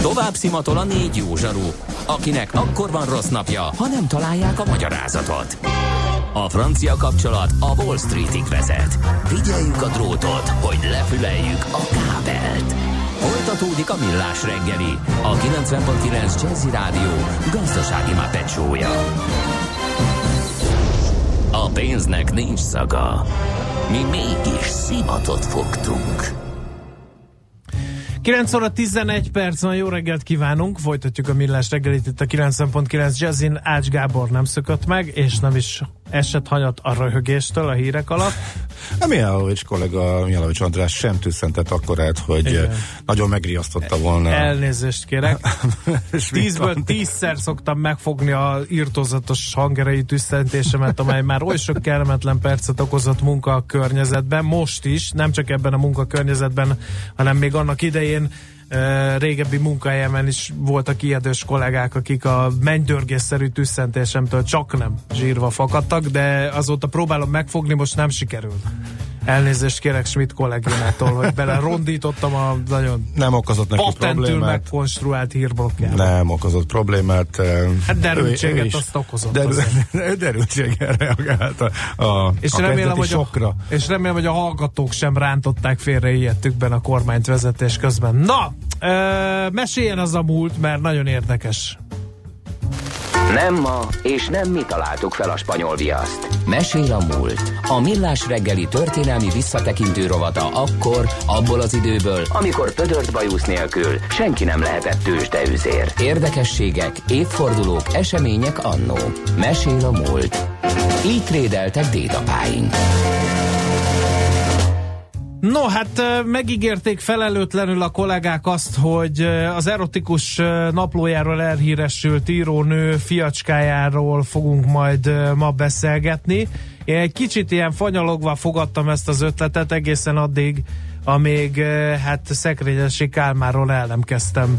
Tovább szimatol a 4 jó zsaru, akinek akkor van rossz napja, ha nem találják a magyarázatot. A francia kapcsolat a Wall Streetig vezet. Figyeljük a drótot, hogy lefüleljük a kábelt. Folytatódik a Millás reggeli, a 90.9 Jazzy Rádió gazdasági mápecsója. A pénznek nincs szaga. Mi mégis szimatot fogtunk. 9 óra 11 perc van, jó reggelt kívánunk, folytatjuk a Millás reggelit itt a 90.9 Jazzin. Ács Gábor nem szökött meg, és nem is esett hanyat a röhögéstől a hírek alatt. A Mihálovics kollega, Mihálovics András sem tüsszentett akkorát, hogy igen, nagyon megriasztotta volna. Elnézést kérek. 10-ből 10-szer szoktam megfogni a irtózatos hangerejű tüsszentésemet, amely már oly sok kellemetlen percet okozott munkakörnyezetben, most is, nem csak ebben a munkakörnyezetben, hanem még annak idején régebbi munkahelyemen is voltak ijedős kollégák, akik a mennydörgésszerű tüsszentésemtől csak nem zsírva fakadtak, de azóta próbálom megfogni, most nem sikerül. Elnézést kérek Schmidt kollégénától, hogy belerondítottam a nagyon nem okozott neki patentül problémát, megkonstruált hírblokkjába. Nem okozott problémát. Hát derültséget azt okozott. Derültséggel reagált a sokra. És remélem, hogy a hallgatók sem rántották félre ijedtükben a kormányt vezetés közben. Na, meséljen az a múlt, mert nagyon érdekes. Nem ma, és nem mi találtuk fel a spanyol viaszt. Mesél a múlt. A Millás reggeli történelmi visszatekintő rovata akkor, abból az időből, amikor pödört bajusz nélkül senki nem lehetett tőzsdeüzér. Érdekességek, évfordulók, események annó. Mesél a múlt. Így trédeltek dédapáink. No, hát megígérték felelőtlenül a kollégák azt, hogy az erotikus naplójáról elhíresült írónő fiacskájáról fogunk majd ma beszélgetni. Én egy kicsit ilyen fanyalogva fogadtam ezt az ötletet egészen addig, amíg hát Szekrényesi Kálmánról el nem kezdtem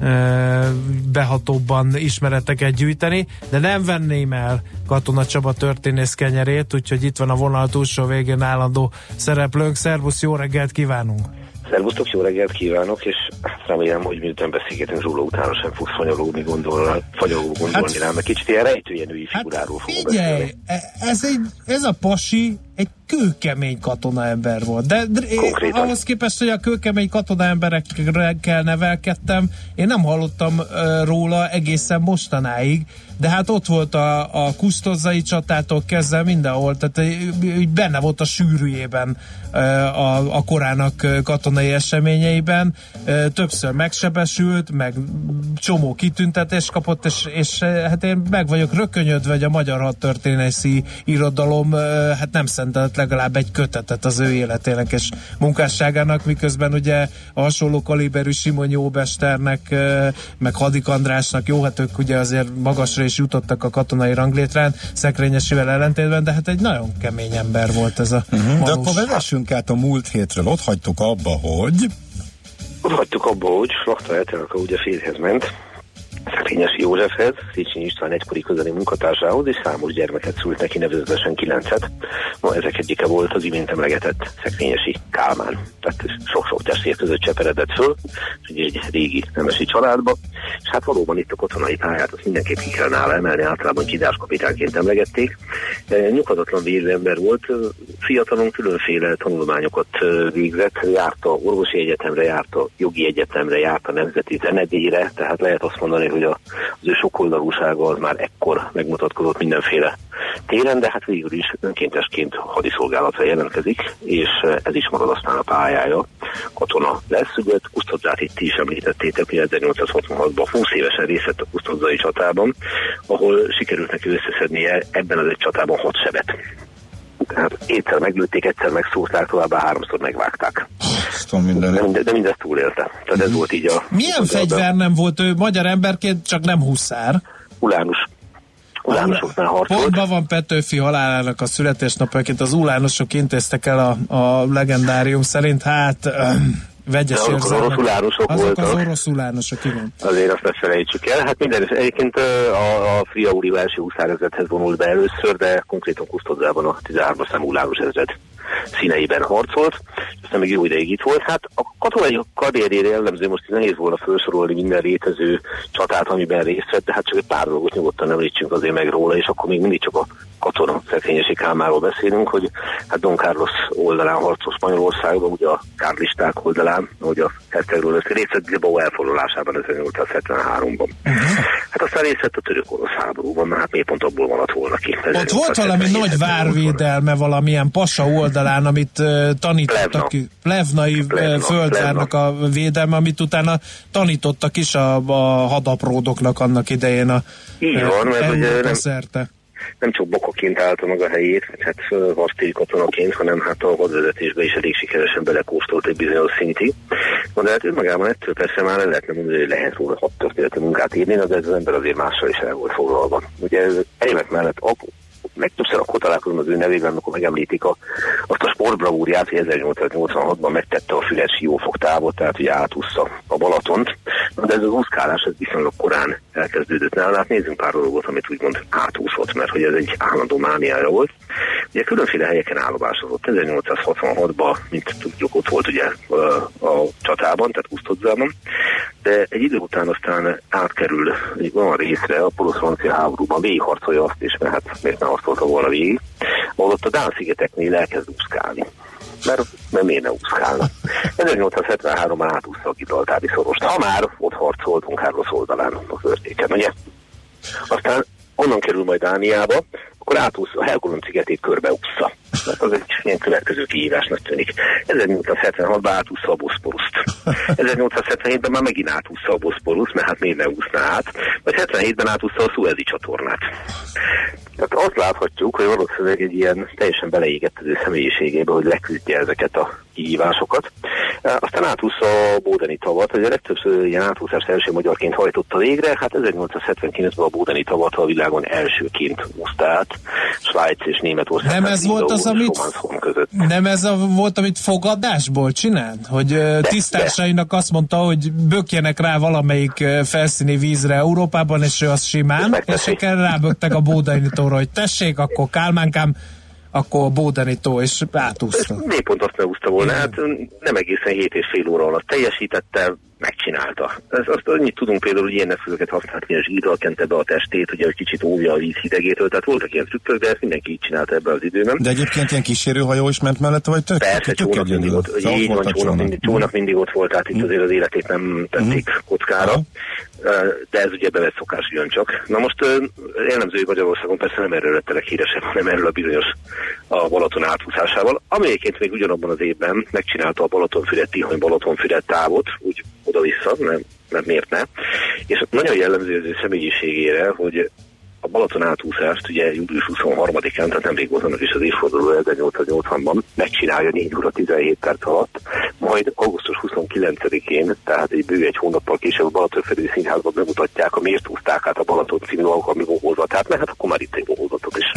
behatóbban ismereteket gyűjteni, de nem venném el Katona Csaba történész kenyerét, úgyhogy itt van a vonal túlsó végén állandó szereplőnk. Szervusz, jó reggelt kívánunk! Szervusztok, jó reggelt kívánok, és remélem, hogy miután beszélgetünk róla, utána sem fogsz fanyalogni gondolni rám, mert kicsit ilyen rejtőjenői figuráról fogunk beszélni. Ez a pasi egy kőkemény katonaember volt, de ahhoz képest, hogy a kőkemény katonaemberekkel nevelkedtem, én nem hallottam róla egészen mostanáig, de hát ott volt a kusztozzai csatától kezdve mindenhol, tehát benne volt a sűrűjében a korának katonai eseményeiben, többször megsebesült, meg csomó kitüntetést kapott, és hát én meg vagyok rökönyödve, hogy a magyar hadtörténészi irodalom hát nem szentelt legalább egy kötetet az ő életének és munkásságának, miközben ugye a hasonló kaliberű Simonyi Óbesternek, meg Hadik Andrásnak, jó, hát ők ugye azért magasra is jutottak a katonai ranglétrán, Szekrényesivel ellentétben, de hát egy nagyon kemény ember volt ez a De akkor vezessünk át a múlt hétről, ott hagytuk abba, hogy Slachta Etelka ugye férjhez ment, Szekrényesi Józsefhez, Széchenyi István egykori közeli munkatársához, és számos gyermeket szült neki, nevezetesen 9-et. Ma ezek egyike volt az imént emlegetett Szekrényesi Kálmán. Tehát sok-sok testvér között cseperedett föl, ugye egy régi nemesi családba, és hát valóban itt a katonai pályát azt mindenképp ki kell nála emelni, általában kidáskapitányként emlegették. Nyughatatlan vérű ember volt, fiatalon különféle tanulmányokat végzett, járt a orvosi egyetemre, járt a jogi egyetemre, járt a nemzeti zenedíjra, tehát lehet azt mondani, hogy az ő sokoldalúsága az már ekkor megmutatkozott mindenféle téren, de hát végül is önkéntesként hadiszolgálatra jelentkezik, és ez is marad aztán a pályája. Katona lesz, ugye Kusztodzát itt is említettétek, hogy 1866-ban 20 évesen részt vett a kusztodzai csatában, ahol sikerült neki összeszednie ebben az egy csatában 6 sebet. Tehát egyszer meglőtték, egyszer megszúrták, továbbá 3-szor megvágták. De mindezt túlélte. Tehát ez volt így a... Milyen fegyver nem volt ő magyar emberként, csak nem huszár? Ulánusoknál harcolt. Pontban van Petőfi halálának a születésnapjaként, az ulánusok intéztek el a legendárium szerint, hát... vegyes érzelmek. Az oroszulánusok voltak. Az oroszulánusok, igen. Azért azt ne felejtsük el. Hát minden, egyébként a Friauli belső huszárezredhez vonult be először, de konkrétan Kusztodzában a 13-as számú ulánus ezred színeiben harcolt, és aztán még jó ideig itt volt. Hát a katonai karrierjére jellemző, most nehéz volna felsorolni minden létező csatát, amiben részt vett, de hát csak egy pár dolgot nyugodtan említsünk azért meg róla, és akkor még mindig csak a katona Szekrényesi Kálmánról beszélünk, hogy hát Don Carlos oldalán harcol Spanyolországban, ugye a kárlisták oldalán, ahogy a hercegről részt vett Bilbao elfoglalásában 1873-ban. Hát aztán részt vett a török-orosz háborúban, hát miért pont abból maradt volna ki. Ott volt valami nagy várvédelme valamilyen Passa oldalán, amit tanítottak ki, Plevnai földvárnak a védelme, amit utána tanítottak is a hadapródoknak annak idején a Európa szerte. Nem csak bokaként állta meg a helyét, vagy hát harctéri katonaként, hanem hát a hadvezetésbe is elég sikeresen belekóstolt egy bizonyos szintig. De hát önmagában ettől persze már lehetne mondani, hogy lehet róla hadtörténeti munkát írni, de ez az ember azért mással is el volt foglalva. Ugye egyébként mellett meg többször akkor találkozom az ő nevében, amikor megemlítik azt a sportbravúrját, hogy 1886-ban megtette a Füred-Siófok távot, tehát ugye átúszta a Balatont. De ez az úszkálás ez viszonylag korán elkezdődött nála. Hát nézzünk pár dolgot, amit úgymond átúszott, mert hogy ez egy állandó mániája volt. Ugye különféle helyeken állomásozott. 1866-ban, mint tudjuk, ott volt ugye a csatában, tehát Kusztodzában, de egy idő után aztán átkerül egy olyan részre a porosz-francia háborúban, végigharcolja azt is, mert hát miért nem harcolta volna végig, ahol ott a Dán-szigeteknél elkezd úszkálni. Mert miért ne úszkálna? 1873-ban átúszta a Gibraltári szorost. Ha már ott harcoltunk Carlos oldalán a körtéken, ugye? Aztán onnan kerül majd Dániába, akkor átúszta a Helgoland szigetét körbeúszta. Mert az egy ilyen következő kihívásnak tűnik. 1876-ban átúszta a Boszporuszt. 1877-ben már megint átúszta a Boszporuszt, mert hát miért ne úszná át. Vagy 77-ben átúszta a Szuezi csatornát. Tehát azt láthatjuk, hogy valószínűleg egy ilyen teljesen beleégetező személyiségébe, hogy leküzdje ezeket a kihívásokat. Aztán átúszta a Bódeni tavat, hogy a legtöbbször ilyen átúszást első magyarként hajtotta végre, hát 1879-ben a Bódeni tavat a világon elsőként úszta át, Svájc és Németország. Nem ez volt az, volt, amit fogadásból csinált? Hogy tisztársainak azt mondta, hogy bökjenek rá valamelyik felszíni vízre Európában, és ő az simán, és ráböktek a Bódeni tóra, hogy tessék, akkor Kálmánkám, akkor a Bódeni tó, és átúszta. Miért pont azt ne úszta volna? Hát nem egészen 7,5 óra alatt teljesítette, megcsinálta. Azt annyit tudunk például, hogy ilyen eszközöket használt, milyen zsírral kente be a testét, ugye, hogy kicsit óvja a víz hidegétől, tehát voltak ilyen trükkök, de ezt mindenki így csinálta ebben az időben. De egyébként ilyen kísérőhajó is ment mellette, vagy tök? Persze, csónak mindig ott, csónak mindig ott volt, tehát itt azért az életét nem tették kockára. De ez ugye bevett szokás jön csak. Na most jellemző Magyarországon persze nem erről lettelek híresebb, hanem erről a bizonyos a Balaton átúszásával, ami egyébként még ugyanabban az évben megcsinálta a Balatonfüred-Tihany-Balatonfüred távot, úgy oda-vissza, nem miért ne. És nagyon jellemző az ő személyiségére, hogy a Balaton átúszást ugye július 23-án, tehát nemrég volt annak is az évforduló 1880-ban megcsinálja 4 óra 17 perc alatt, majd augusztus 29-én, tehát egy hónappal később a Balatonfüred Színházban bemutatják a Miért úszták át a Balaton című alkalmi bohózatát, mert hát akkor már itt egy bohózatot is.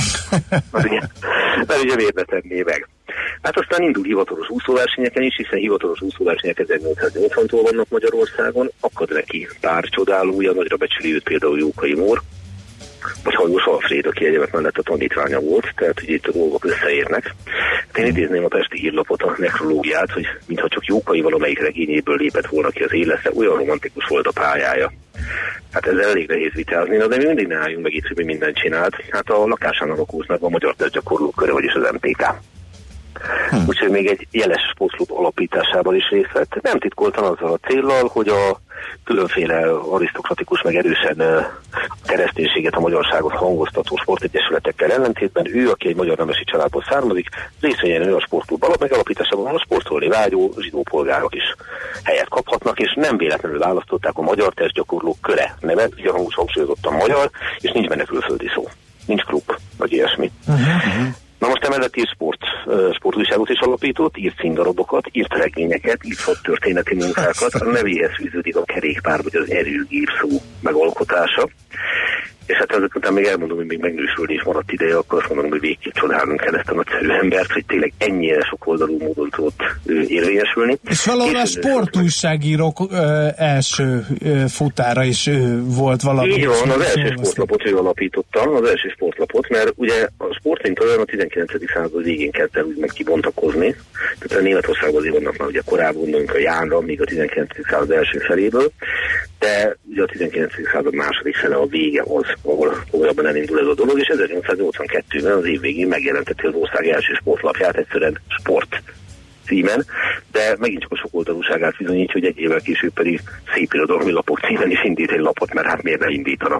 Mert ugye miért ne tenné meg. Hát aztán indul hivatalos úszóversenyeken is, hiszen hivatalos úszóversenyek 1880-tól vannak Magyarországon, akad neki pár csodálója, nagyra becsüli őt például Jókai Mór, vagy Hajós Alfréd, aki egyébként mellett a tanítványa volt, tehát hogy itt a dolgok összeérnek. Én idézném a Pesti Hírlapot, a nekrológiát, hogy mintha csak Jókai valamelyik regényéből lépett volna ki az életre, olyan romantikus volt a pályája. Hát ezzel elég nehéz vitázni, de mi mindig ne álljunk meg itt, hogy mi mindent csinált. Hát a lakásán alakulnak a Magyar Testgyakorlók Köre, vagyis az MTK. Úgyhogy még egy jeles sportklub alapításában is részt vett. Nem titkoltan azzal a céllal, hogy a különféle arisztokratikus, meg erősen kereszténységet, a magyarságot hangoztató sportegyesületekkel ellentétben ő, aki egy magyar nemesi családból származik, részt vegyen a sportklub megalapításában a sportolni vágyó zsidó polgárok is helyet kaphatnak, és nem véletlenül választották a Magyar Testgyakorlók Köre nevet, ugye hangsúlyozottan magyar, és nincs benne külföldi szó. Nincs klub, vagy ilyesmi. Na most emellett írt sportújságot is alapított, írt színdarabokat, írt regényeket, írt történeti munkákat, a nevéhez fűződik a kerékpár, vagy az erőgép szó megalkotása. És hát ezek után még elmondom, hogy még megnősülni is maradt ideje, akkor azt mondom, hogy végképp csodálnunk kell ezt a nagyszerű embert, hogy tényleg ennyire sok oldalú módon tudott érvényesülni. És valahol a sportújságírók első futára is volt valami. Így van, az első sportlapot ő alapította, az első sportlapot, mert ugye a sport mint olyan a 19. század végén kezdte úgymond kibontakozni. Tehát a Németországban azért vannak már ugye korábban gondolunk a Jánra, még a 19. század első feléből, de ugye a 19. század második fele a vége az, ahol komolyabban elindul ez a dolog, és 1882-ben az év végén megjelentette az ország első sportlapját, egyszerűen Sport címen, de megint csak a sok oldalúságát bizonyítja, hogy egy évvel később pedig szép irodalmi lapok címen is indít egy lapot, mert hát miért ne indítana.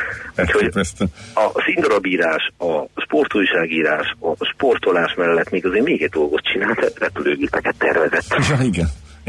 A színdarabírás, a sportújságírás, a sportolás mellett még azért még egy dolgot csinált, repülőgépeket tervezett. Ja, igen.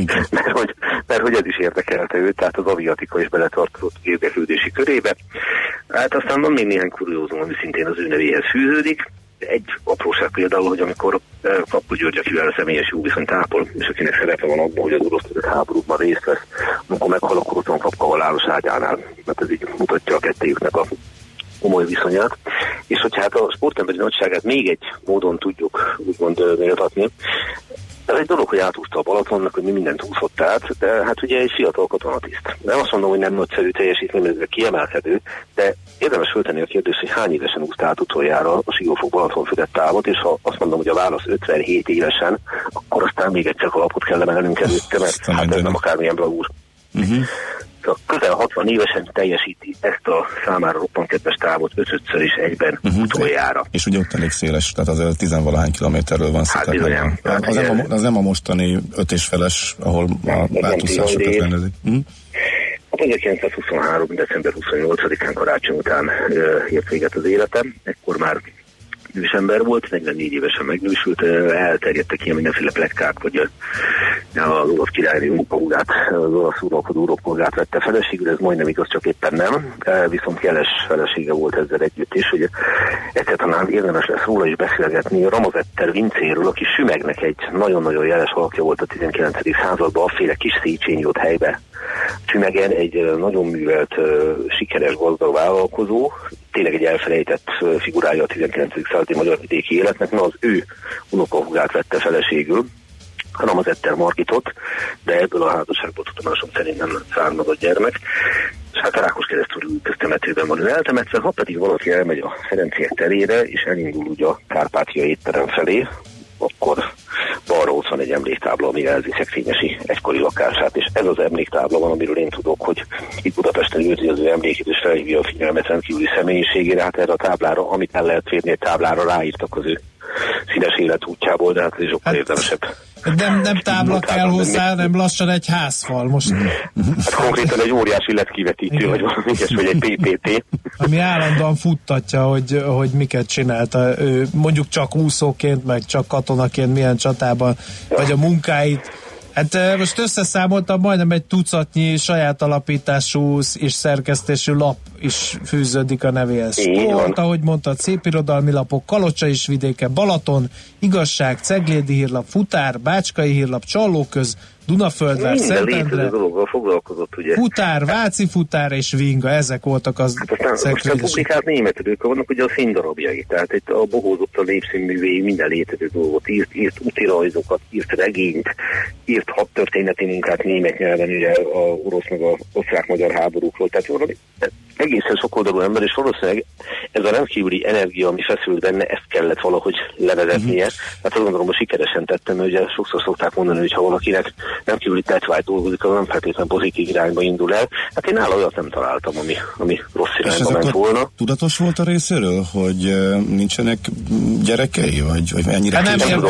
Mert hogy ez is érdekelte őt, tehát az aviatika is beletartozott érdeklődési körébe. Hát aztán van még néhány kuriózum, ami szintén az ő nevéhez fűződik. Egy apróság például, hogy amikor Kapu György, akivel személyes jó viszonyt ápol, és akinek szerepe van abban, hogy az orosz háborúban részt vesz, amikor meghal, akkor ott van Kapka halálos ágyánál, mert ez így mutatja a kettőjüknek a komoly viszonyát. És hogyha hát a sportemberi nagyságát még egy módon tudjuk úgymond méltatni, ez egy dolog, hogy átúszta a Balatonnak, hogy mi mindent úszott át, de hát ugye egy fiatal katonatiszt. Nem azt mondom, hogy nem nagyszerű teljesítmény, ez kiemelkedő, de érdemes föltenni a kérdést, hogy hány évesen úszta át utoljára a Siófok Balatonfüred távot, és ha azt mondom, hogy a válasz 57 évesen, akkor aztán még egyszer kalapot kell emelnünk előtte, mert hát ez nem akármilyen bravúr. Közel 60 évesen teljesíti ezt a számára roppant kedves távot 5-ször is egyben utoljára. És ugye ott elég széles, tehát az 10-valahány kilométerről van szó. Hát bizony. Az nem a mostani 5,5-es, ahol a átúszásokat rendezik. A 1923. december 28-án karácsony után ért véget az életem, ekkor már ősember volt, 44 évesen megnősült, elterjedtek ilyen mindenféle plekkák, hogy az olasz királynő unokahúgát, az olasz uralkodó unokhúgát vette feleségül, ez majdnem igaz, csak éppen nem, viszont jeles felesége volt ezzel együtt is, hogy egyszer talán érdemes lesz róla is beszélgetni. Ramazetter Vincéről, aki Sümegnek egy nagyon-nagyon jeles alakja volt a 19. században, afféle kis Széchenyi ott helybe. Sümegen egy nagyon művelt, sikeres gazdag vállalkozó, tényleg egy elfelejtett figurája a 19. századi magyar vidéki életnek, na az ő unokahúgát vette feleségül, Ramazetter Margitot, de ebből a házasságból tudomásom szerint nem származott gyermek, és hát a Rákoskeresztúri köztemetőben van ő eltemetve, ha pedig valaki elmegy a Ferenciek terére, és elindul ugye a Kárpátia étterem felé, akkor balra ott van egy emléktábla, ami jelzi Szekrényesi egykori lakását, és ez az emléktábla van, amiről én tudok, hogy itt Budapesten őrzi az ő emlékét, és felhívja a figyelmet rendkívüli személyiségére, hát erre a táblára, amit el lehet férni, egy táblára ráírtak az ő színes életútjából, de hát ez sokkal érdemesebb. Nem tábla kell hozzá, nem lassan egy házfal most. Hát konkrétan egy óriási LED-kivetítő, vagy valami ilyes, vagy egy PPT. Ami állandóan futtatja, hogy miket csinálta ő, mondjuk csak úszóként, meg csak katonaként milyen csatában, vagy a munkáit. Hát most összeszámoltam, majdnem egy tucatnyi saját alapítású és szerkesztésű lap is fűződik a nevéhez. Sport, ahogy mondtad, szépirodalmi lapok, Kalocsa és vidéke, Balaton, Igazság, Ceglédi hírlap, Futár, Bácskai hírlap, Csallóköz, Dunaföldvár, Szentendre, ugye? Futár, Váci Futár és Vinga, ezek voltak az aztán publikált németedők vannak ugye a színdarabjai, tehát itt a bohózott a népszínművéi minden létező dolgot írt útirajzokat, írt regényt, írt hadtörténeti munkát német nyelven, ugye a orosz meg a osztrák-magyar háborúkról, tehát valami egészen sokoldalú ember, és valószínűleg ez a rendkívüli energia, ami feszült benne, ezt kellett valahogy levezetnie. Hát azt gondolom, hogy sikeresen tettem, mert ugye sokszor szokták mondani, hogy ha valakinek rendkívüli tetvágy dolgozik, az nem feltétlenül pozitív irányba indul el. Hát én nála olyat nem találtam, ami rossz irányba ment volna. Tudatos volt a részéről, hogy nincsenek gyerekei, vagy ennyire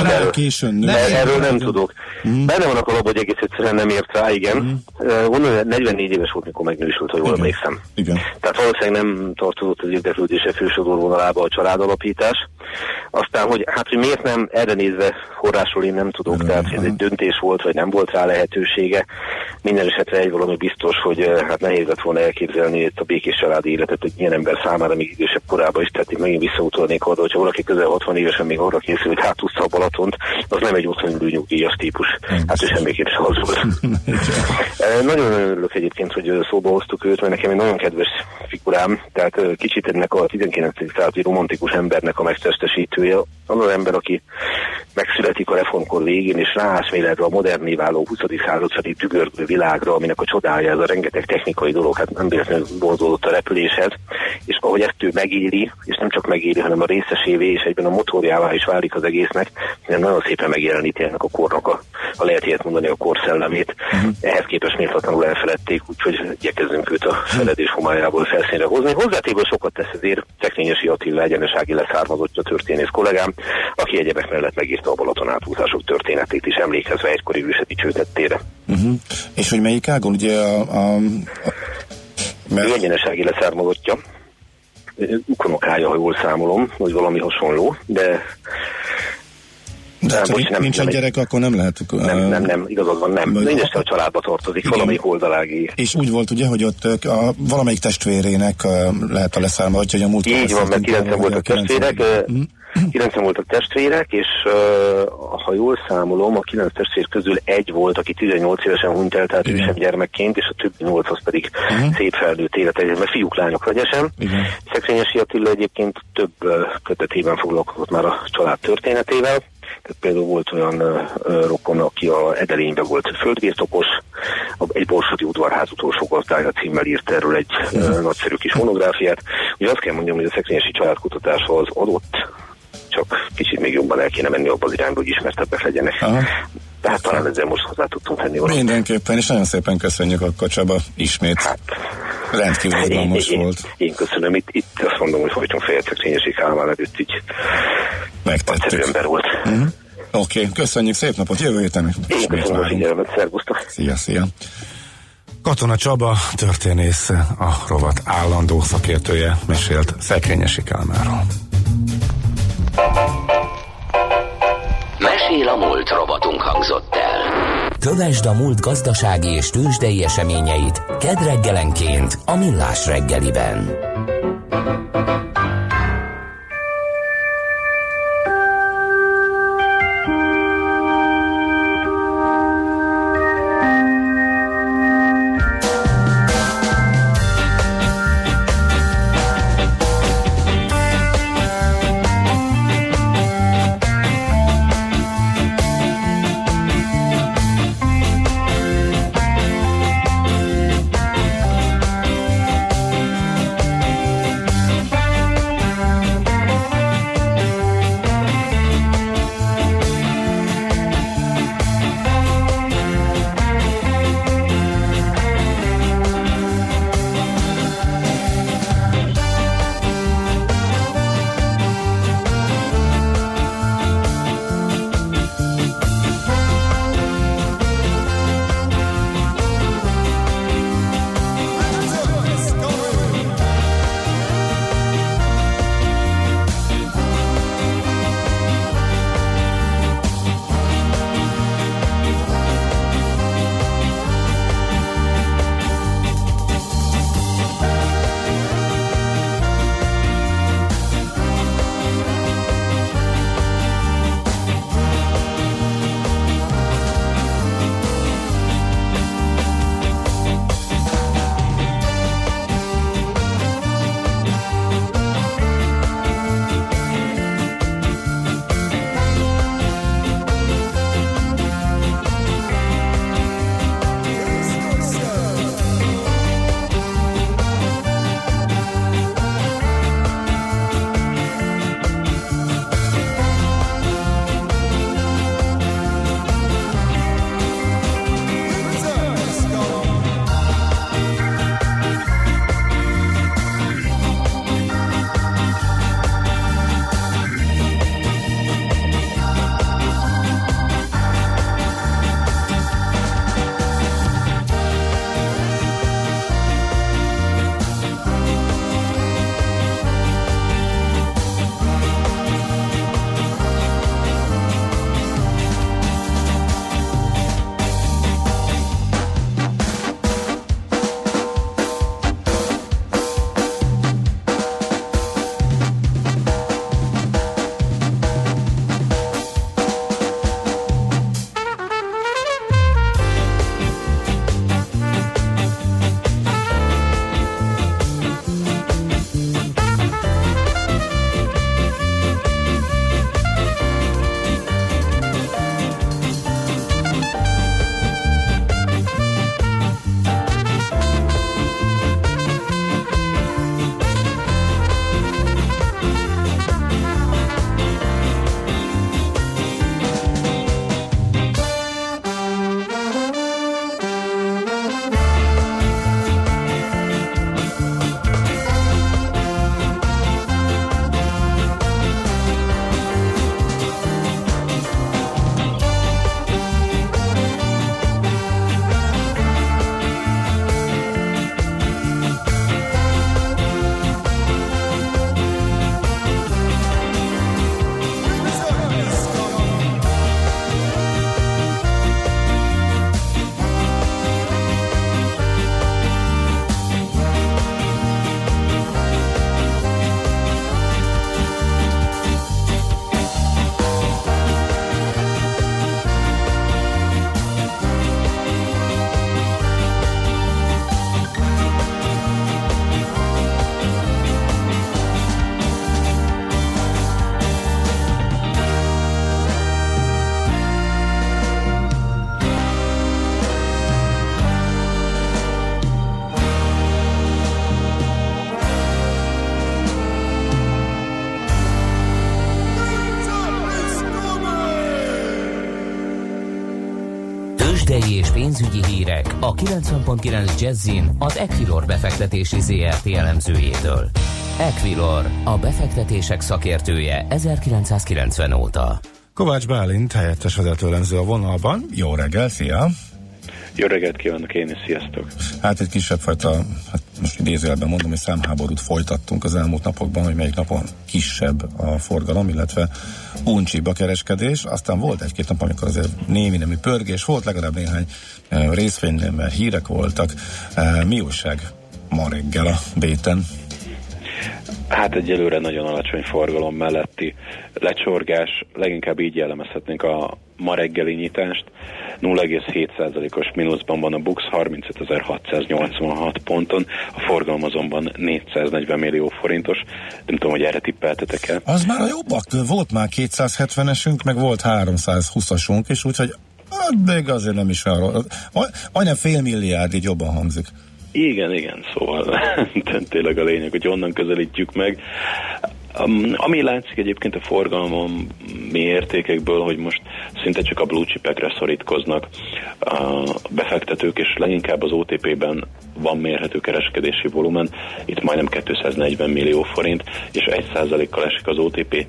későn? Erről nem tudok. Benne van akkor abban, hogy egész egyszerűen nem ért rá, igen. Gondolom, 44 éves volt, mikor megnősült, hogy jól emlékszem. Tehát valószínűleg nem tartozott az érdeklődése fősodorvonalába a családalapítás. Aztán, hogy miért nem, erre nézve forrásról én nem tudok, tehát ez egy döntés volt, vagy nem volt rá lehetősége. Minden esetre egy valami biztos, hogy hát nehéz lett volna elképzelni itt a békés családi életet egy ilyen ember számára, még idősebb korában is, tehát itt megint visszautalnék arra, hogyha valaki közel 60 évesen még arra készül, hogy hátúszta a Balatont, az nem egy otthoni nyugdíjas típus. Hát ő semmiképp sem az volt. Nagyon örülök egyébként, hogy szóba hoztuk őt, mert nekem egy nagyon kedves figurám, tehát kicsit ennek a 19. századi romantikus embernek a megtestesítője. Az az ember, aki megszületik a reformkor végén, és ráászméledve a moderné váló 20. századi tügörgő világra, aminek a csodája ez a rengeteg technikai dolog, hát nem véletlenül vonzódott a repüléshez, és ahogy ezt ő megéli, és nem csak megéli, hanem a részesévé, és egyben a motorjává is válik az egésznek, nagyon szépen megjeleníti ennek a kornak a lehet ilyet mondani a korszellemét. Ehhez képest méltatlanul elfeledték, úgyhogy igyekezzünk őt a feledés homályából felszínre hozni. Hozzátéből sokat tesz ezért Szekrényesi Attila egyenesági leszármazottja történész kollégám, aki egyebek mellett megírta a Balaton átúzások történetét is, emlékezve egykori őseti csőtettére. És hogy melyik ágon? Ugye ő egyenesági leszármazottja. Unokája, ha jól számolom, vagy valami hasonló, de nincsen gyerek, akkor nem lehet. Nem, igazad van, nem. Mindeste a családba tartozik, igen, valamelyik oldalági. És úgy volt ugye, hogy ott valamelyik testvérének lehet a leszármazottja, hogy a múltkor. Így van, mert 9 voltak testvérek, 9 voltak testvérek, és ha jól számolom, a 9 testvér közül egy volt, aki 18 évesen hunyt el, tehát ő sem gyermekként, és a többi 8 az pedig szép felnőtt életet, mert fiúk, lányok vegyesen. Szekrényesi Attila egyébként több kötetében foglalkozott már a család történetével. Tehát például volt olyan rokon, aki a Edelényben volt földbirtokos, egy borsodi udvarház utolsó gazdája címmel írt erről egy nagyszerű kis monográfiát. Ugye azt kell mondjam, hogy a szekrényesi családkutatása az adott, csak kicsit még jobban el kéne menni abba az irányba, hogy ismertebbek legyenek. Tehát talán ezzel most hozzá tudtunk tenni valamit. Mindenképpen, és nagyon szépen köszönjük akkor, Csaba, ismét. Rendkívül izgalmas volt. Én köszönöm, itt azt mondom, hogy folyton Fehér Szekrényesi Kálmán előtt így megtettük. Ember volt. Oké, köszönjük, szép napot, jövő héten. Én köszönöm a figyelmet, szervusztok. Szia. Katona Csaba, történész, a rovat állandó szakértője mesélt Szekrényesi Kálmánról. Mesél a múlt rovatunk hangzott el. Kövesd a múlt gazdasági és tőzsdei eseményeit kedd reggelenként a Millás reggeliben. tőzsdei és pénzügyi hírek a 90.9 Jazzin az Equilor befektetési ZRT elemzőjétől. Equilor, a befektetések szakértője 1990 óta. Kovács Bálint, helyettes vezetőelemző a vonalban. Jó reggel, szia! Jó reggelt kívánok én is, sziasztok! Hát egy kisebb fajta, hát most idézőjelben mondom, hogy számháborút folytattunk az elmúlt napokban, hogy melyik napon kisebb a forgalom, illetve uncsibb a kereskedés. Aztán volt egy-két nap, amikor azért némi nemű pörgés volt, legalább néhány részvénynél, mert hírek voltak. Mi újság ma reggel a béten? Hát egyelőre nagyon alacsony forgalom melletti lecsorgás, leginkább így jellemezhetnénk a ma reggeli nyitást. 0,7%-os mínuszban van a BUX 35.686 ponton, a forgalom azonban 440 millió forintos. Nem tudom, hogy erre tippeltetek el. Az már a jobbak, volt már 270-esünk, meg volt 320-asunk, és úgyhogy még azért nem is arról. Majdnem fél milliárd, így jobban hangzik. Igen, szóval tényleg a lényeg, hogy onnan közelítjük meg. Ami látszik egyébként a forgalmi értékekből, hogy most szinte csak a blue chipekre szorítkoznak a befektetők, és leginkább az OTP-ben van mérhető kereskedési volumen, itt majdnem 240 millió forint, és 1%-kal esik az OTP,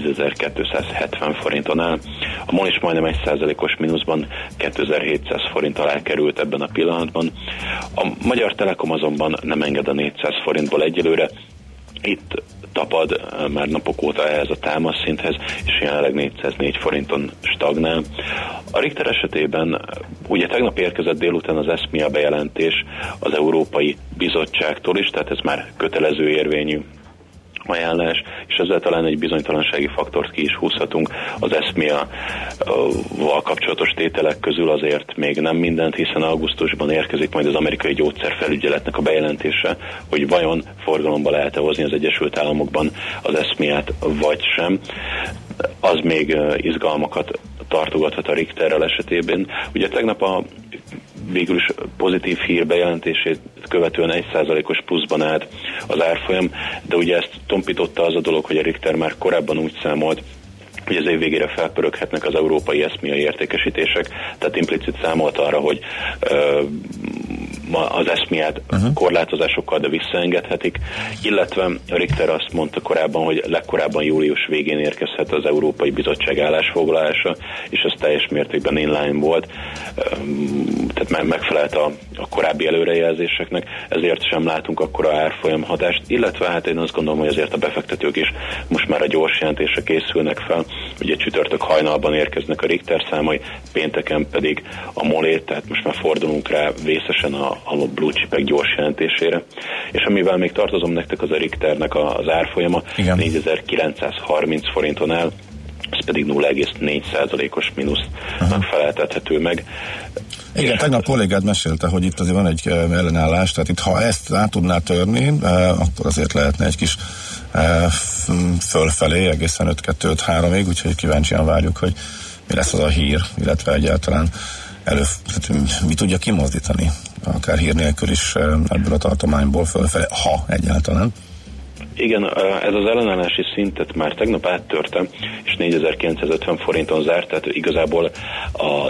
10.270 forinton áll. A MOL is majdnem 1%-os mínuszban 2700 forint alá került ebben a pillanatban. A Magyar Telekom azonban nem enged a 400 forintból egyelőre, itt tapad már napok óta ehhez a támaszszinthez, és jelenleg 404 forinton stagnál. A Richter esetében ugye tegnap érkezett délután az ESMIA bejelentés az Európai Bizottságtól is, tehát ez már kötelező érvényű ajánlás, és ezzel talán egy bizonytalansági faktort ki is húzhatunk az ESMIA-val kapcsolatos tételek közül, azért még nem mindent, hiszen augusztusban érkezik majd az amerikai gyógyszerfelügyeletnek a bejelentése, hogy vajon forgalomba lehet-e hozni az Egyesült Államokban az ESMIA-t, vagy sem. Az még izgalmakat tartogathat a Richterrel esetében. Ugye tegnap a végül is pozitív hír bejelentését követően 1%-os pluszban állt az árfolyam, de ugye ezt tompította az a dolog, hogy a Richter már korábban úgy számolt, hogy az év végére felpöröghetnek az európai ESMIA értékesítések, tehát implicit számolt arra, hogy az ESMIA-t korlátozásokkal, de visszaengedhetik, illetve a Richter azt mondta korábban, hogy legkorábban július végén érkezhet az Európai Bizottság állásfoglalása, és ez teljes mértékben inline volt, tehát már megfelelt a korábbi előrejelzéseknek, ezért sem látunk akkora árfolyam hatást, illetve hát én azt gondolom, hogy azért a befektetők is most már a gyors jelentésre készülnek fel, ugye csütörtök hajnalban érkeznek a Richter számai, pénteken pedig a MOL, tehát most már fordulunk rá vészesen a blue chipek gyors jelentésére. És amivel még tartozom nektek, az a Richternek az árfolyama 4930 forinton áll, ez pedig 0,4%-os mínusznak feleltethető meg. Igen, tegnap kollégád mesélte, hogy itt azért van egy ellenállás, tehát itt ha ezt át tudná törni, akkor azért lehetne egy kis fölfelé, egészen 5-2-5-3-ig, úgyhogy kíváncsian várjuk, hogy mi lesz az a hír, illetve egyáltalán mi tudja kimozdítani, akár hír nélkül is ebből a tartományból fölfelé, ha egyáltalán. Igen, ez az ellenállási szintet már tegnap áttörte, és 4950 forinton zárt, tehát igazából a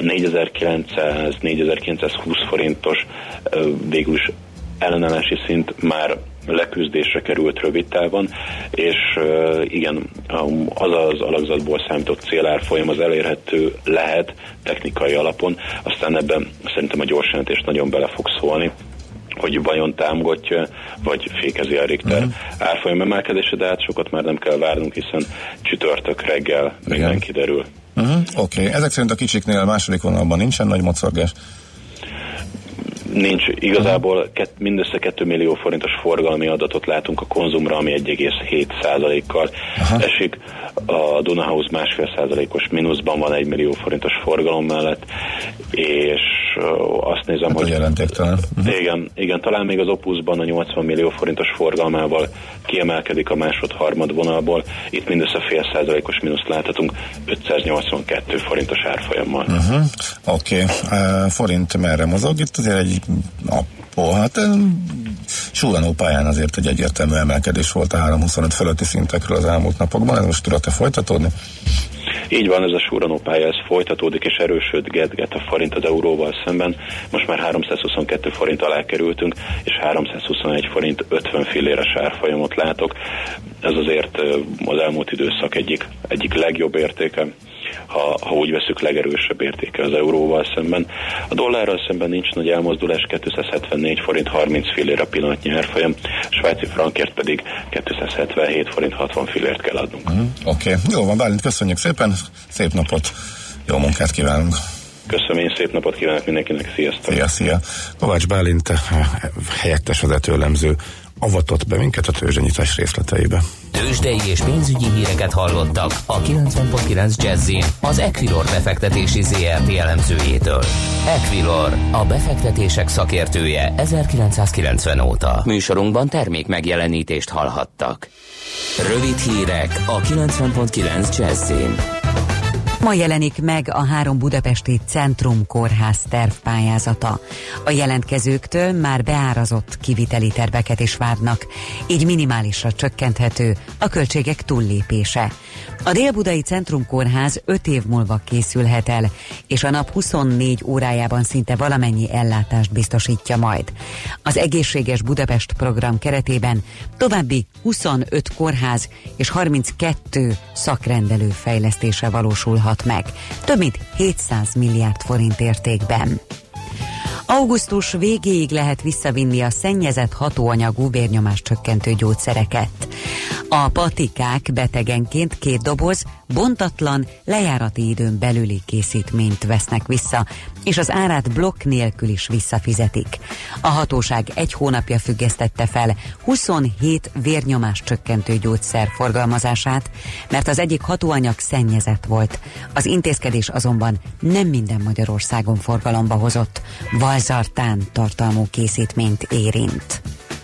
4900-4920 forintos végül is ellenállási szint már leküzdésre került rövid távon, és igen, az az alakzatból számított célárfolyam az elérhető lehet technikai alapon, aztán ebben szerintem a gyors jelentés nagyon bele fog szólni, hogy vajon támogatja, vagy fékezi a Richter árfolyam emelkedése, de hát sokat már nem kell várnunk, hiszen csütörtök reggel minden kiderül. Oké. Ezek szerint a kicsiknél a második vonalban nincsen nagy mocorgás? Nincs. Igazából mindössze 2 millió forintos forgalmi adatot látunk a Konzumra, ami 1,7%-kal esik. A Dunahouse 1,5%-os mínuszban van 1 millió forintos forgalom mellett, és azt nézem, hát hogy jelentéktelen. Igen, talán még az Opusban a 80 millió forintos forgalmával kiemelkedik a másod-harmad vonalból. Itt mindössze 0,5%-os mínuszt láthatunk 582 forintos árfolyammal. Oké. Forint merre mozog? Itt azért egy hát súllanó pályán azért egy egyértelmű emelkedés volt a 3,25 fölötti szintekről az elmúlt napokban. Ez most tudott-e folytatódni? Így van, ez a surranópálya, ez folytatódik és erősödget a forint az euróval szemben. Most már 322 forint alá kerültünk, és 321 forint 50 filléres árfolyamot látok. Ez azért az elmúlt időszak egyik legjobb értéke, ha úgy veszük, legerősebb értéke az euróval szemben. A dollárral szemben nincs nagy elmozdulás, 274 forint 30 fillér a pillanatnyi árfolyam, svájci frankért pedig 277 forint 60 fillért kell adnunk. Oké. Jó van, Bálint, köszönjük szépen, szép napot, jó munkát kívánunk. Köszönöm, én szép napot kívánok mindenkinek, sziasztok! Szia! Kovács Bálint, helyettes vezetőelemző avatott be minket a tőzsdenyítás részleteibe. Tőzsdei és pénzügyi híreket hallottak a 90.9 Jazzin az Equilor befektetési ZRT elemzőjétől. Equilor, a befektetések szakértője 1990 óta. Műsorunkban termék megjelenítést hallhattak. Rövid hírek a 90.9 Jazzin. Ma jelenik meg a 3 budapesti Centrum Kórház tervpályázata. A jelentkezőktől már beárazott kiviteli terveket is várnak, így minimálisra csökkenthető a költségek túllépése. A Dél-Budai Centrum Kórház 5 év múlva készülhet el, és a nap 24 órájában szinte valamennyi ellátást biztosítja majd. Az Egészséges Budapest program keretében további 25 kórház és 32 szakrendelő fejlesztése valósulhat meg, több mint 700 milliárd forint értékben. Augusztus végéig lehet visszavinni a szennyezett hatóanyagú vérnyomáscsökkentő gyógyszereket. A patikák betegenként 2 doboz bontatlan, lejárati időn belüli készítményt vesznek vissza, és az árát blokk nélkül is visszafizetik. A hatóság 1 hónapja függesztette fel 27 vérnyomáscsökkentő gyógyszer forgalmazását, mert az egyik hatóanyag szennyezett volt. Az intézkedés azonban nem minden Magyarországon forgalomba hozott valzartán tartalmú készítményt érint.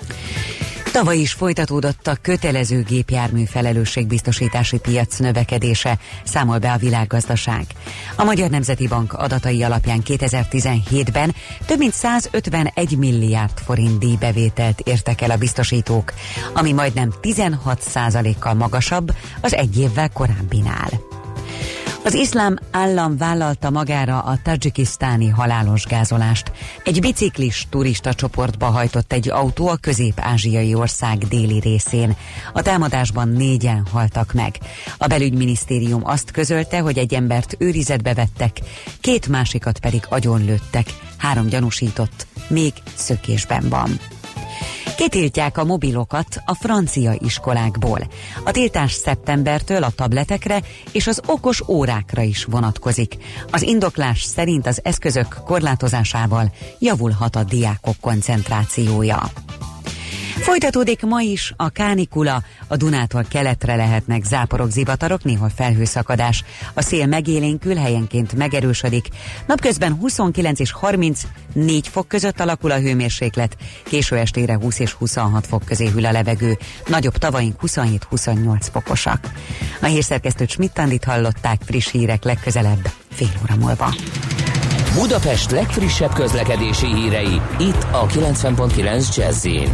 Tavaly is folytatódott a kötelező gépjármű felelősségbiztosítási piac növekedése, számol be a Világgazdaság. A Magyar Nemzeti Bank adatai alapján 2017-ben több mint 151 milliárd forint díjbevételt értek el a biztosítók, ami majdnem 16%-kal magasabb az egy évvel korábbinál. Az Iszlám Állam vállalta magára a tadzsikisztáni halálos gázolást. Egy biciklis turista csoportba hajtott egy autó a közép-ázsiai ország déli részén. A támadásban 4-en haltak meg. A belügyminisztérium azt közölte, hogy egy embert őrizetbe vettek, 2 másikat pedig agyonlőttek. 3 gyanúsított még szökésben van. Kitiltják a mobilokat a francia iskolákból. A tiltás szeptembertől a tabletekre és az okos órákra is vonatkozik. Az indoklás szerint az eszközök korlátozásával javulhat a diákok koncentrációja. Folytatódik ma is a kánikula, a Dunától keletre lehetnek záporok, zivatarok, néhol felhőszakadás. A szél megélénkül, helyenként megerősödik. Napközben 29 és 34 fok között alakul a hőmérséklet, késő estére 20 és 26 fok közé hűl a levegő. Nagyobb tavaink 27-28 fokosak. A hírszerkesztőt Schmidt-Andit hallották, friss hírek legközelebb fél óra múlva. Budapest legfrissebb közlekedési hírei, itt a 90.9 Jazz-in.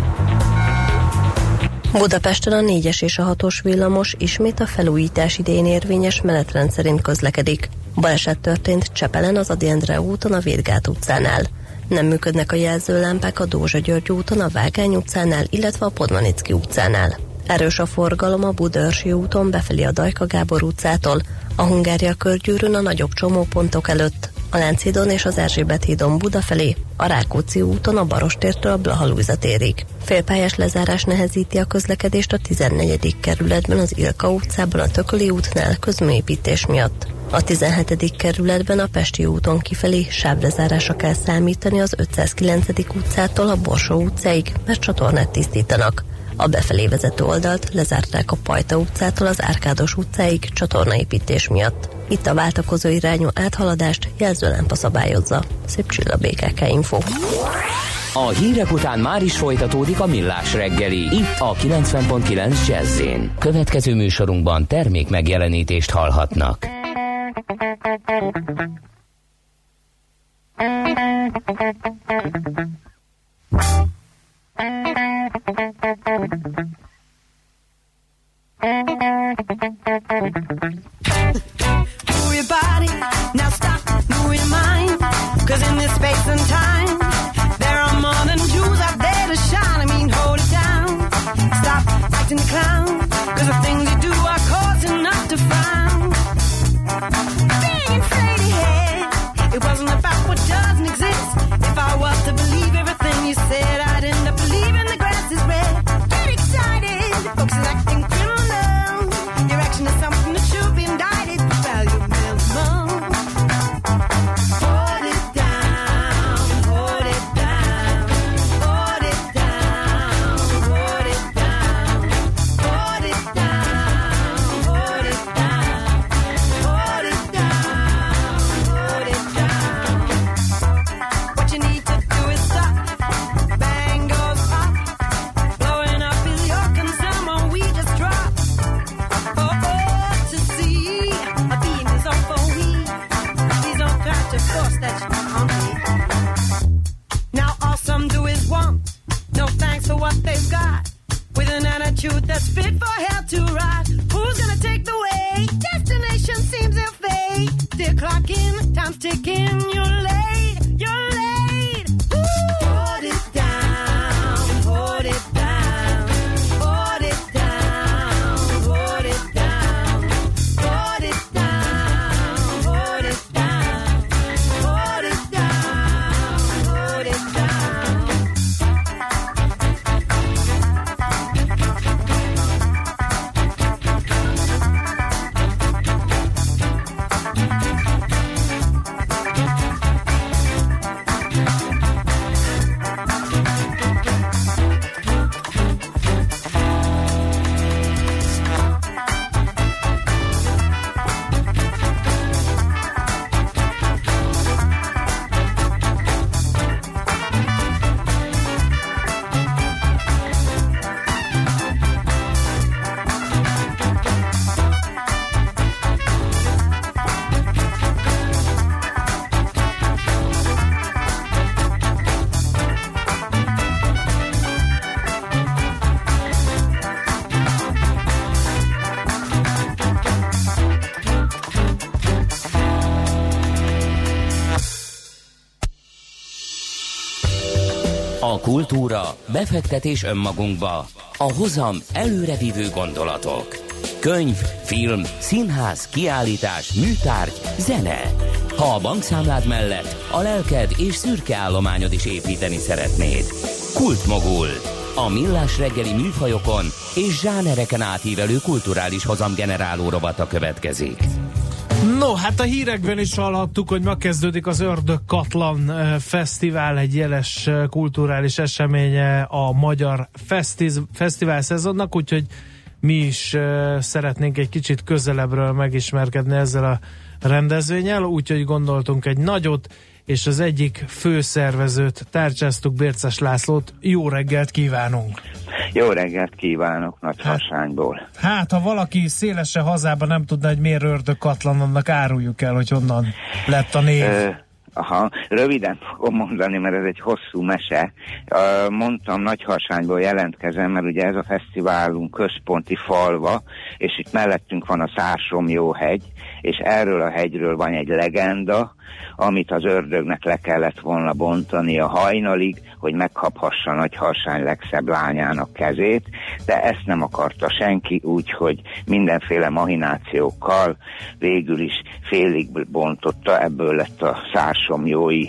Budapesten a 4-es és a 6-os villamos ismét a felújítás idején érvényes menetrend szerint közlekedik. Baleset történt Csepelen az Ady Endre úton a Védgát utcánál. Nem működnek a jelzőlámpák a Dózsa György úton, a Vágány utcánál, illetve a Podmanicki utcánál. Erős a forgalom a Budaörsi úton befelé a Dajka Gábor utcától, a Hungária körgyűrűn a nagyobb csomópontok előtt, a Lánchídon és az Erzsébet hídon Buda felé, a Rákóczi úton a Barostértől a Blaha Lujza térig. Félpályás lezárás nehezíti a közlekedést a 14. kerületben az Ilka utcában a Tököli útnál közműépítés miatt. A 17. kerületben a Pesti úton kifelé sávlezárásra kell számítani az 509. utcától a Borsó utcáig, mert csatornát tisztítanak. A befelé vezető oldalt lezárták a Pajta utcától az Árkádos utcáig csatornaépítés miatt. Itt a váltakozó irányú áthaladást jelzőlámpa szabályozza. Szép Csilla, BKK Info. A hírek után már is folytatódik a Millás reggeli, itt a 90.9 Jazz-én. Következő műsorunkban termék megjelenítést hallhatnak. what they've got with an attitude that's fit for hell to ride. Who's gonna take the way? Destination seems their fate. They're clocking, time's ticking. You're late, you're late. Ooh. Hold it down, hold it down, hold it down, hold it down, hold it down, hold it down, hold it down, hold it down. A kultúra, befektetés önmagunkba, a hozam előrevívő gondolatok. Könyv, film, színház, kiállítás, műtárgy, zene. Ha a bankszámlád mellett a lelked és szürke állományod is építeni szeretnéd. Kultmogul. A millás reggeli műfajokon és zsánereken átívelő kulturális hozamgeneráló rovata következik. No, hát a hírekben is hallhattuk, hogy ma kezdődik az Ördög Katlan Fesztivál, egy jeles kulturális eseménye a magyar fesztivál szezonnak, úgyhogy mi is szeretnénk egy kicsit közelebbről megismerkedni ezzel a rendezvényel, úgyhogy gondoltunk egy nagyot, és az egyik főszervezőt tárcsáztuk, Bérces Lászlót. Jó reggelt kívánunk! Jó reggelt kívánok Nagyharsányból. Hát, ha valaki szélesen hazában nem tudna, hogy miért Ördög Katlan, annak áruljuk el, hogy honnan lett a név. Röviden fogom mondani, mert ez egy hosszú mese. Mondtam, Nagyharsányból jelentkezem, mert ugye ez a fesztiválunk központi falva, és itt mellettünk van a Szársomjóhegy, és erről a hegyről van egy legenda, amit az ördögnek le kellett volna bontani a hajnalig, hogy megkaphassa Nagyharsány legszebb lányának kezét, de ezt nem akarta senki, úgyhogy mindenféle mahinációkkal végül is félig bontotta, ebből lett a Szársomjói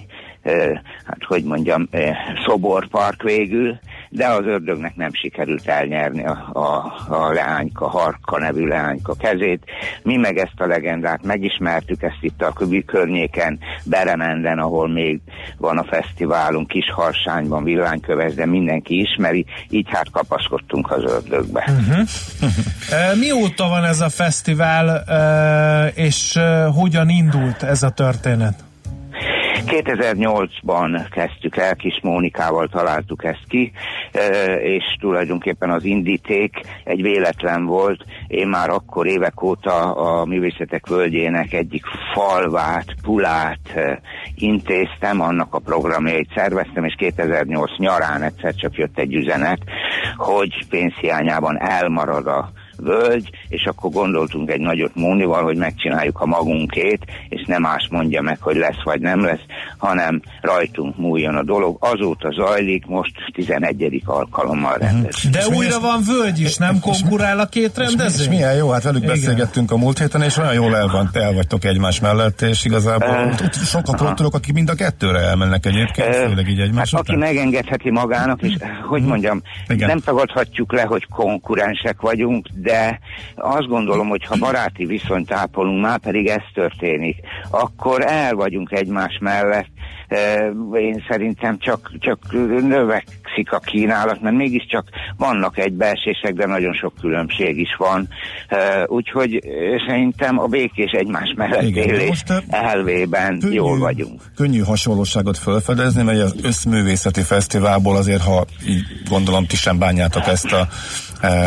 szoborpark végül, de az ördögnek nem sikerült elnyerni a leányka, Harka nevű leányka kezét. Mi meg ezt a legendát megismertük, ezt itt a környéken, Beremenden, ahol még van a fesztiválunk, Kisharsányban, Villányköves, de mindenki ismeri, így hát kapaszkodtunk az ördögbe. Mióta van ez a fesztivál, és hogyan indult ez a történet? 2008-ban kezdtük el, Kis Mónikával találtuk ezt ki, és tulajdonképpen az indíték egy véletlen volt. Én már akkor évek óta a Művészetek Völgyének egyik falvát, Pulát intéztem, annak a programjait szerveztem, és 2008 nyarán egyszer csak jött egy üzenet, hogy pénzhiányában elmarad a völgy, és akkor gondoltunk egy nagyot Mónival, hogy megcsináljuk a magunkét, és nem más mondja meg, hogy lesz vagy nem lesz, hanem rajtunk múljon a dolog. Azóta zajlik, most 11. alkalommal rendezik. De újra van völgy is, nem konkurál a két rendezvény? És milyen jó, hát velük beszélgettünk a múlt héten, és olyan jól el vagytok egymás mellett, és igazából sokat ott tudok, akik mind a kettőre elmennek egyébként, főleg így egymás után. Aki megengedheti magának, és hogy mondjam, nem tagadhatjuk le, hogy konkurensek vagyunk, de azt gondolom, hogy ha baráti viszonyt ápolunk, már pedig ez történik, akkor el vagyunk egymás mellett. Én szerintem csak növekszik a kínálat, mert mégiscsak vannak egybeesések, de nagyon sok különbség is van. Úgyhogy szerintem a békés egymás mellett élés elvében jól vagyunk. Könnyű hasonlóságot felfedezni, mert az Összművészeti Fesztiválból azért, ha így gondolom, ti sem bánjátok ezt a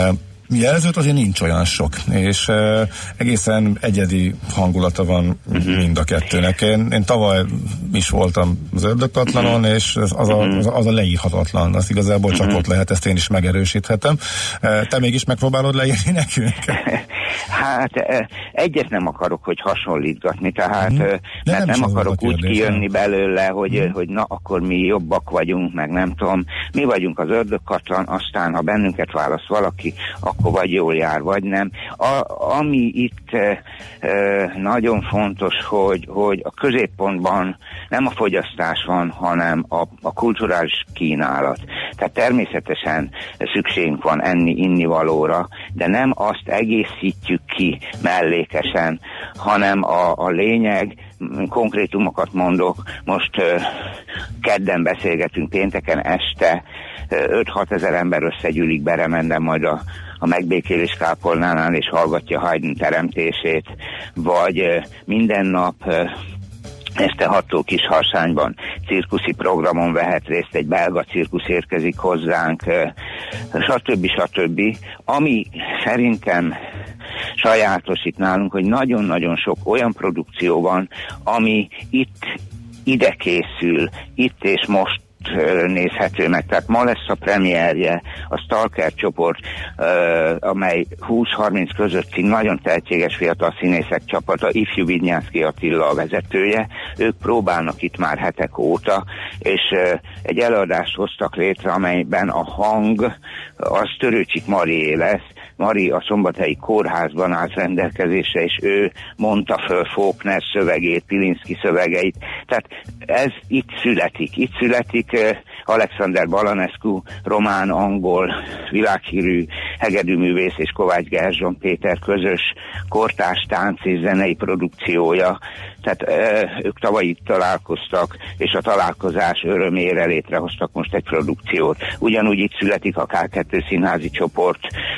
jelzőt azért nincs olyan sok, és egészen egyedi hangulata van mind a kettőnek. Én tavaly is voltam az Ördögkatlanon, és az a leírhatatlan, az igazából csak ott lehet, ezt én is megerősíthetem. Te mégis megpróbálod leírni nekünk? Hát egyet nem akarok, hogy hasonlítgatni, tehát mert nem akarok úgy kijönni belőle, hogy na, akkor mi jobbak vagyunk, meg nem tudom, mi vagyunk az Ördögkatlan, aztán ha bennünket választ valaki, akkor vagy jól jár, vagy nem. Ami itt nagyon fontos, hogy a középpontban nem a fogyasztás van, hanem a kulturális kínálat. Tehát természetesen szükségünk van enni-innivalóra, de nem azt egészítjük ki mellékesen, hanem a lényeg, konkrétumokat mondok, most kedden beszélgetünk, pénteken este 5-6 ezer ember összegyűlik Beremenden majd a megbékélés kápolnánál, és hallgatja Haydn teremtését, vagy minden nap este 6-tól Kisharsányban cirkuszi programon vehet részt, egy belga cirkusz érkezik hozzánk, stb. Ami szerintem sajátos itt nálunk, hogy nagyon-nagyon sok olyan produkció van, ami ide készül, itt és most nézhető meg. Tehát ma lesz a premierje a Stalker csoport, amely 20-30 közötti nagyon tehetséges fiatal színészek csapata, ifjú Vidnyánszky Attila a vezetője. Ők próbálnak itt már hetek óta, és egy előadást hoztak létre, amelyben a hang az Törőcsik Marié lesz. Mari a Szombathelyi Kórházban állt rendelkezésre, és ő mondta föl Faulkner szövegét, Pilinszky szövegeit. Tehát ez itt születik Alexander Balanescu, román, angol, világhírű hegedűművész és Kovács Gerzson Péter közös kortárs tánc és zenei produkciója. Tehát ők tavaly itt találkoztak, és a találkozás örömére létrehoztak most egy produkciót. Ugyanúgy itt születik a K2 színházi csoport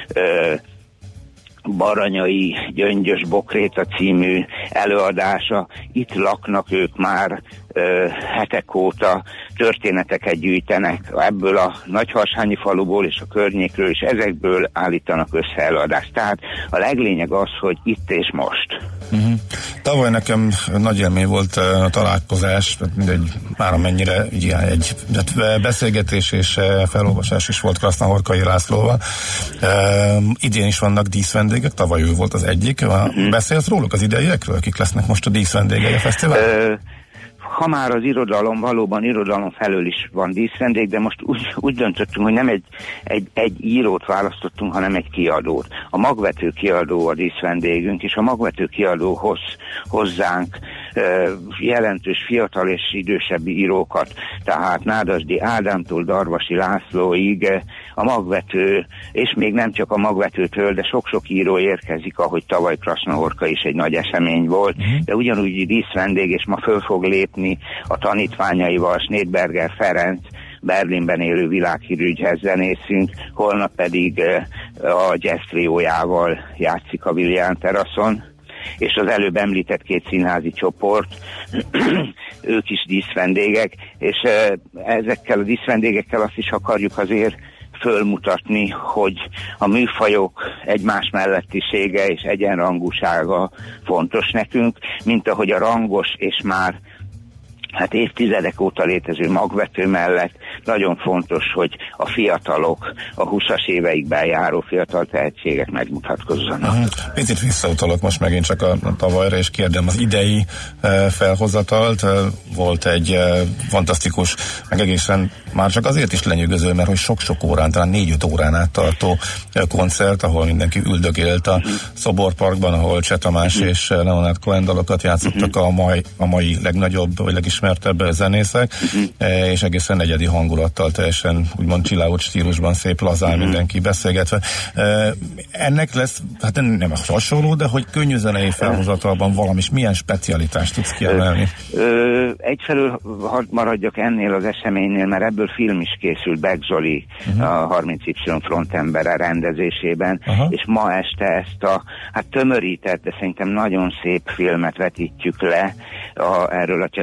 Baranyai Gyöngyös Bokréta című előadása. Itt laknak ők már hetek óta, történeteket gyűjtenek ebből a Nagyharsányi faluból és a környékről, és ezekből állítanak össze előadást. Tehát a leglényeg az, hogy itt és most. Tavaly nekem nagy élmény volt a találkozás, mindegy, már amennyire egy beszélgetés és felolvasás is volt Krasznahorkai Lászlóval. Idén is vannak díszvendégek, tavaly ő volt az egyik. Beszélsz róluk az idejekről, kik lesznek most a díszvendégei a fesztivál? Ha már az irodalom, valóban irodalom felől is van díszvendég, de most úgy döntöttünk, hogy nem egy írót választottunk, hanem egy kiadót. A Magvető kiadó a díszvendégünk, és a Magvető kiadó hoz hozzánk jelentős fiatal és idősebb írókat, tehát Nádasdy Ádámtól Darvasi Lászlóig a Magvető, és még nem csak a Magvetőtől, de sok-sok író érkezik, ahogy tavaly Krasznahorka is egy nagy esemény volt, de ugyanúgy díszvendég, és ma föl fog lépni a tanítványaival, Snédberger Ferenc, Berlinben élő világhírű jazzzenészünk, holnap pedig a jazz triójával játszik a William teraszon, és az előbb említett két színházi csoport, ők is díszvendégek, és ezekkel a díszvendégekkel azt is akarjuk azért fölmutatni, hogy a műfajok egymás mellettisége és egyenrangúsága fontos nekünk, mint ahogy a rangos és már évtizedek óta létező Magvető mellett nagyon fontos, hogy a fiatalok, a 20-as éveikben járó fiatal tehetségek megmutatkozzanak. Picit visszautalok most megint csak a tavalyra, és kérdem az idei felhozatalt. Volt egy fantasztikus, meg egészen már csak azért is lenyűgöző, mert hogy sok-sok órán, talán 4-5 órán át tartó koncert, ahol mindenki üldögélt a Szoborparkban, ahol Cseh Tamás és Leonard Cohen dalokat játszottak a mai legnagyobb, vagy legismertebb zenészek, és egészen egyedi hangulattal, teljesen úgymond csillágot stílusban, szép lazán mindenki beszélgetve. Ennek lesz, hát nem hasonló, de hogy könnyű zenei felhozatalban valamis, milyen specialitást tudsz kiemelni? Egyfelől hadd maradjak ennél az eseménynél, mert ebből film is készült Beck Zoli, a 30Y frontembere rendezésében, és ma este ezt a tömörített, de szerintem nagyon szép filmet vetítjük le erről a Cseh Tamás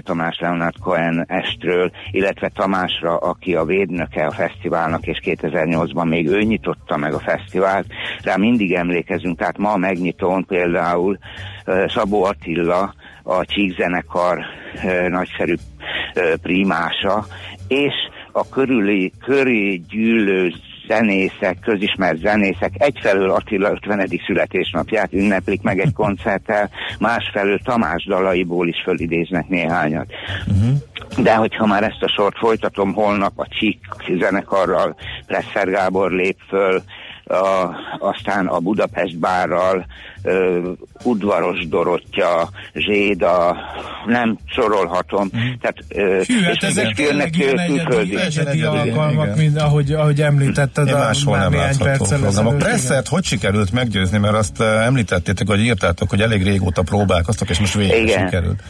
Leonard Cohen estről, illetve Tamásra, aki a védnöke a fesztiválnak, és 2008-ban még ő nyitotta meg a fesztivált. Rá mindig emlékezünk, tehát ma a megnyitón például Szabó Attila, a Csík zenekar nagyszerű primása, és a körül gyűlő zenészek, közismert zenészek egyfelől Attila 50. születésnapját ünneplik meg egy koncerttel, másfelől Tamás dalaiból is fölidéznek néhányat. De hogyha már ezt a sort folytatom, holnap a Csík zenekarral Presser Gábor lép föl, aztán a Budapest bárral Udvaros Dorottya, Zséda, nem sorolhatom. Tehát, hát ezek tényleg ilyen egyedi alkalmak, ahogy említetted. Máshol nem látható. A Pressert hogy sikerült meggyőzni, mert azt említettétek, hogy írtátok, hogy elég régóta próbálkoztok, és most végre sikerült.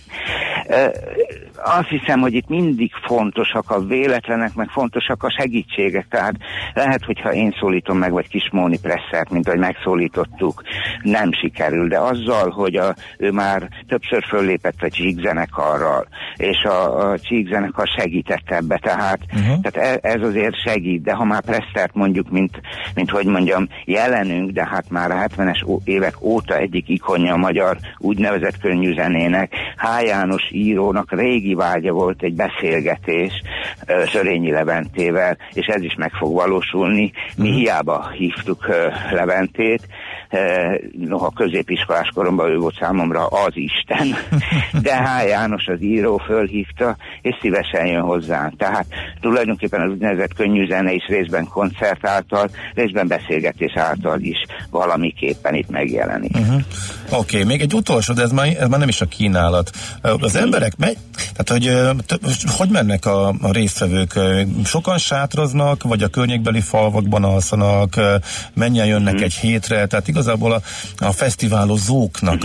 Azt hiszem, hogy itt mindig fontosak a véletlenek, meg fontosak a segítségek, tehát lehet, hogyha én szólítom meg, vagy Kismóni Presszert, mint ahogy megszólítottuk, nem sikerül, de azzal, hogy ő már többször föllépett a Csík zenekarral, és a Csík zenekar segített ebbe, tehát ez azért segít, de ha már Presszert mondjuk, mint hogy mondjam, jelenünk, de hát már a 70-es évek óta egyik ikonja a magyar úgynevezett könnyűzenének, H. János írónak régi vágya volt egy beszélgetés Sörényi Leventével, és ez is meg fog valósulni. Mi hiába hívtuk Leventét, noha középiskolás koromban ő volt számomra az Isten, de H. János az író fölhívta, és szívesen jön hozzánk. Tehát tulajdonképpen az úgynevezett könnyűzene is részben koncert által, részben beszélgetés által is valamiképpen itt megjelenik. Oké, még egy utolsó, de ez már nem is a kínálat. Az emberek tehát, hogy mennek a résztvevők? Sokan sátroznak, vagy a környékbeli falvakban alszanak, mennyien jönnek egy hétre, tehát igazából a fesztiválozóknak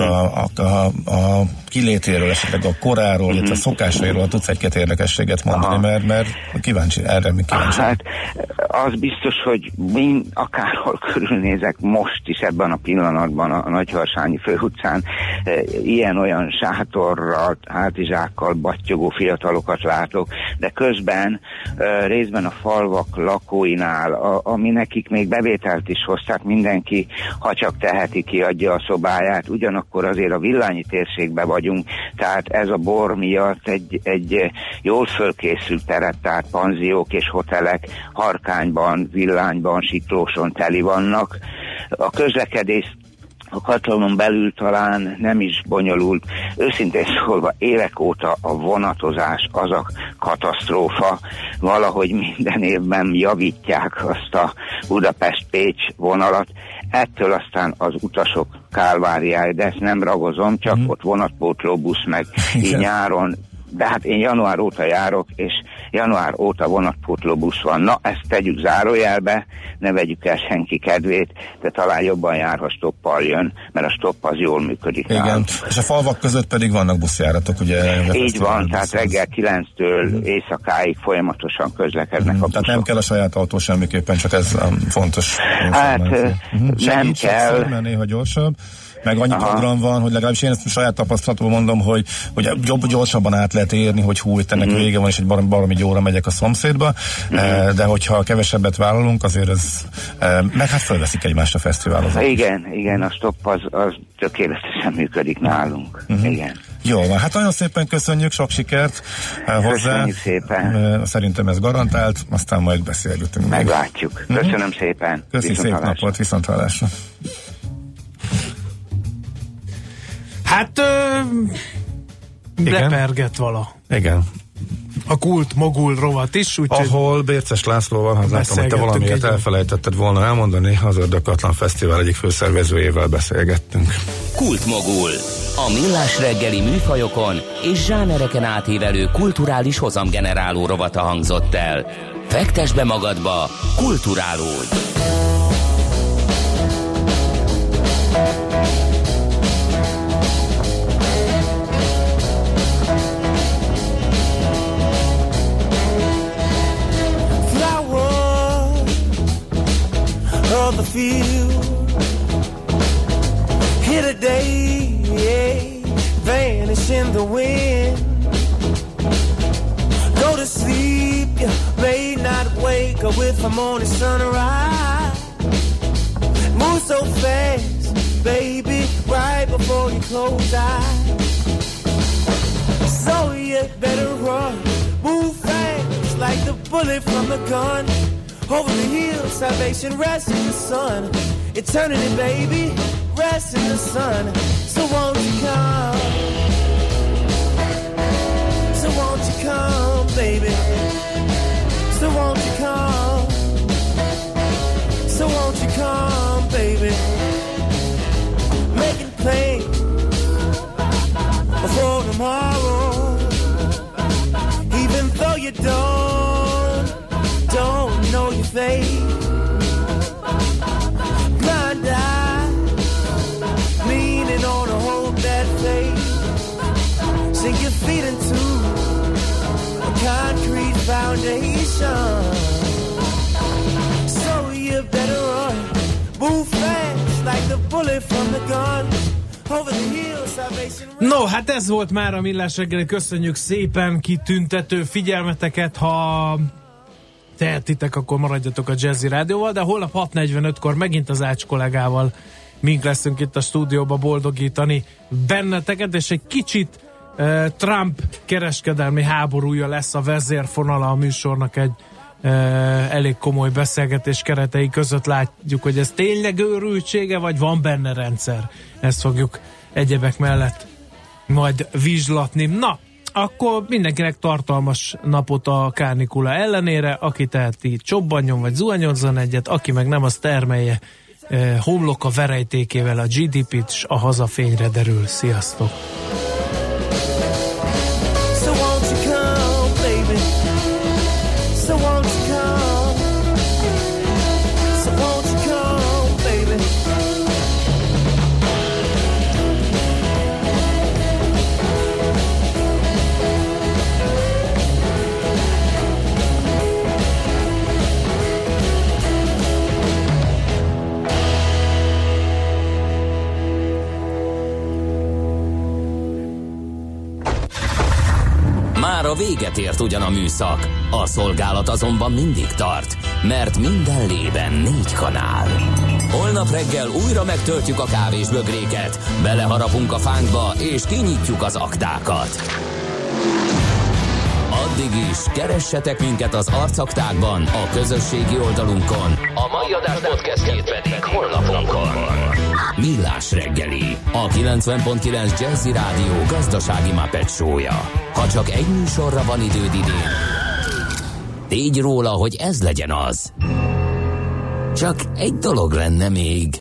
a kilétéről, esetleg a koráról, illetve a szokásairól tudsz egy-két érdekességet mondani, mert kíváncsi, erre még kíváncsi. Hát az biztos, hogy akárhol körülnézek most is ebben a pillanatban a Nagyharsányi főutcán ilyen-olyan sátorral, hátizsákkal battyogó fiatalokat látok, de közben részben a falvak lakóinál, ami nekik még bevételt is hozták, mindenki, ha csak teheti, kiadja a szobáját, ugyanakkor azért a Villányi térségben vagyunk, tehát ez a bor miatt egy jól fölkészült teret, tehát panziók és hotelek Harkányban, Villányban, Siklóson teli vannak. A közlekedés a Katalonon belül talán nem is bonyolult. Őszintén szólva, évek óta a vonatozás az a katasztrófa. Valahogy minden évben javítják azt a Budapest-Pécs vonalat. Ettől aztán az utasok kálváriája, de ezt nem ragozom, csak ott vonatpótlóbusz meg így nyáron. De hát én január óta járok, és január óta vonatpótlóbusz van. Na, ezt tegyük zárójelbe, ne vegyük el senki kedvét, de talán jobban jár, ha stoppal jön, mert a stopp az jól működik. Igen, nálunk. És a falvak között pedig vannak buszjáratok, ugye? Így van, tehát reggel 9-től éjszakáig folyamatosan közlekednek a buszok. Tehát nem kell a saját autó semmiképpen, csak ez fontos. Hát nem kell. Néha gyorsabb. Meg annyi program van, hogy legalábbis én ezt saját tapasztalatból mondom, hogy gyorsabban át lehet érni, hogy hú, itt ennek vége van, és egy baromi óra megyek a szomszédba, de hogyha kevesebbet vállalunk, azért ez, meg hát fölveszik egymást a fesztiválozók. Igen, a stopp az tökéletesen működik nálunk. Igen. Jó van, hát nagyon szépen köszönjük, sok sikert hozzá. Köszönjük szépen. Szerintem ez garantált, aztán majd beszélgetünk. Meglátjuk. Köszönöm szépen. Köszi, szép napot, viszonthallásra. Hát leperget vala. Igen. A Kult Mogul rovat is. Ahol Bérces Lászlóval, hát látom, hogy te valamiért elfelejtetted volna elmondani, az Ördögkatlan Fesztivál egyik főszervezőjével beszélgettünk. Kult Mogul. A millás reggeli műfajokon és zsánereken átívelő kulturális hozamgeneráló rovata hangzott el. Fektesd be magadba, kulturálódj! Of the field here today, vanish in the wind. to sleep, you may not wake up with a morning sunrise. Move so fast, baby, right before you close eyes. So you better run, move fast like the bullet from the gun. Over the hill, salvation rests in the sun. Eternity, baby, rests in the sun. So won't you come? So won't you come, baby? So won't you come? So won't you come, baby? Making plans for tomorrow. Even though you don't know your fate. Blind eye, leaning on a hope that fate. Sink your feet into a concrete foundation. So you better run, move fast like the bullet from the gun. No, hát ez volt már a Millás reggeli. Köszönjük szépen, kitüntető figyelmeteket. Ha tehetitek, akkor maradjatok a Jazzy Rádióval, de holnap 6:45-kor megint az Ács kollégával mink leszünk itt a stúdióba boldogítani benneteket, és egy kicsit Trump kereskedelmi háborúja lesz a vezérfonala a műsornak. Egy elég komoly beszélgetés keretei között látjuk, hogy ez tényleg őrültsége, vagy van benne rendszer. Ezt fogjuk egyebek mellett majd vizslatni. Na, akkor mindenkinek tartalmas napot a kánikula ellenére, aki teheti csobbanjon vagy zuhanyozzon egyet, aki meg nem, az termelje homlok a verejtékével a GDP-t, s a hazafényre derül. Sziasztok! So won't you come, baby? So won't you come? So won't you come, baby? Már a véget ért ugyan a műszak, a szolgálat azonban mindig tart, mert minden lében 4 kanál. Holnap reggel újra megtöltjük a kávésbögréket, beleharapunk a fánkba és kinyitjuk az aktákat. Addig is keressetek minket az arcaktákban, a közösségi oldalunkon, a mai adás podcastjét pedig honlapunkon. Millás reggeli, a 90.9 Jazzy Rádió gazdasági Muppet show-ja. Ha csak egy műsorra van időd idén, tégy róla, hogy ez legyen az. Csak egy dolog lenne még.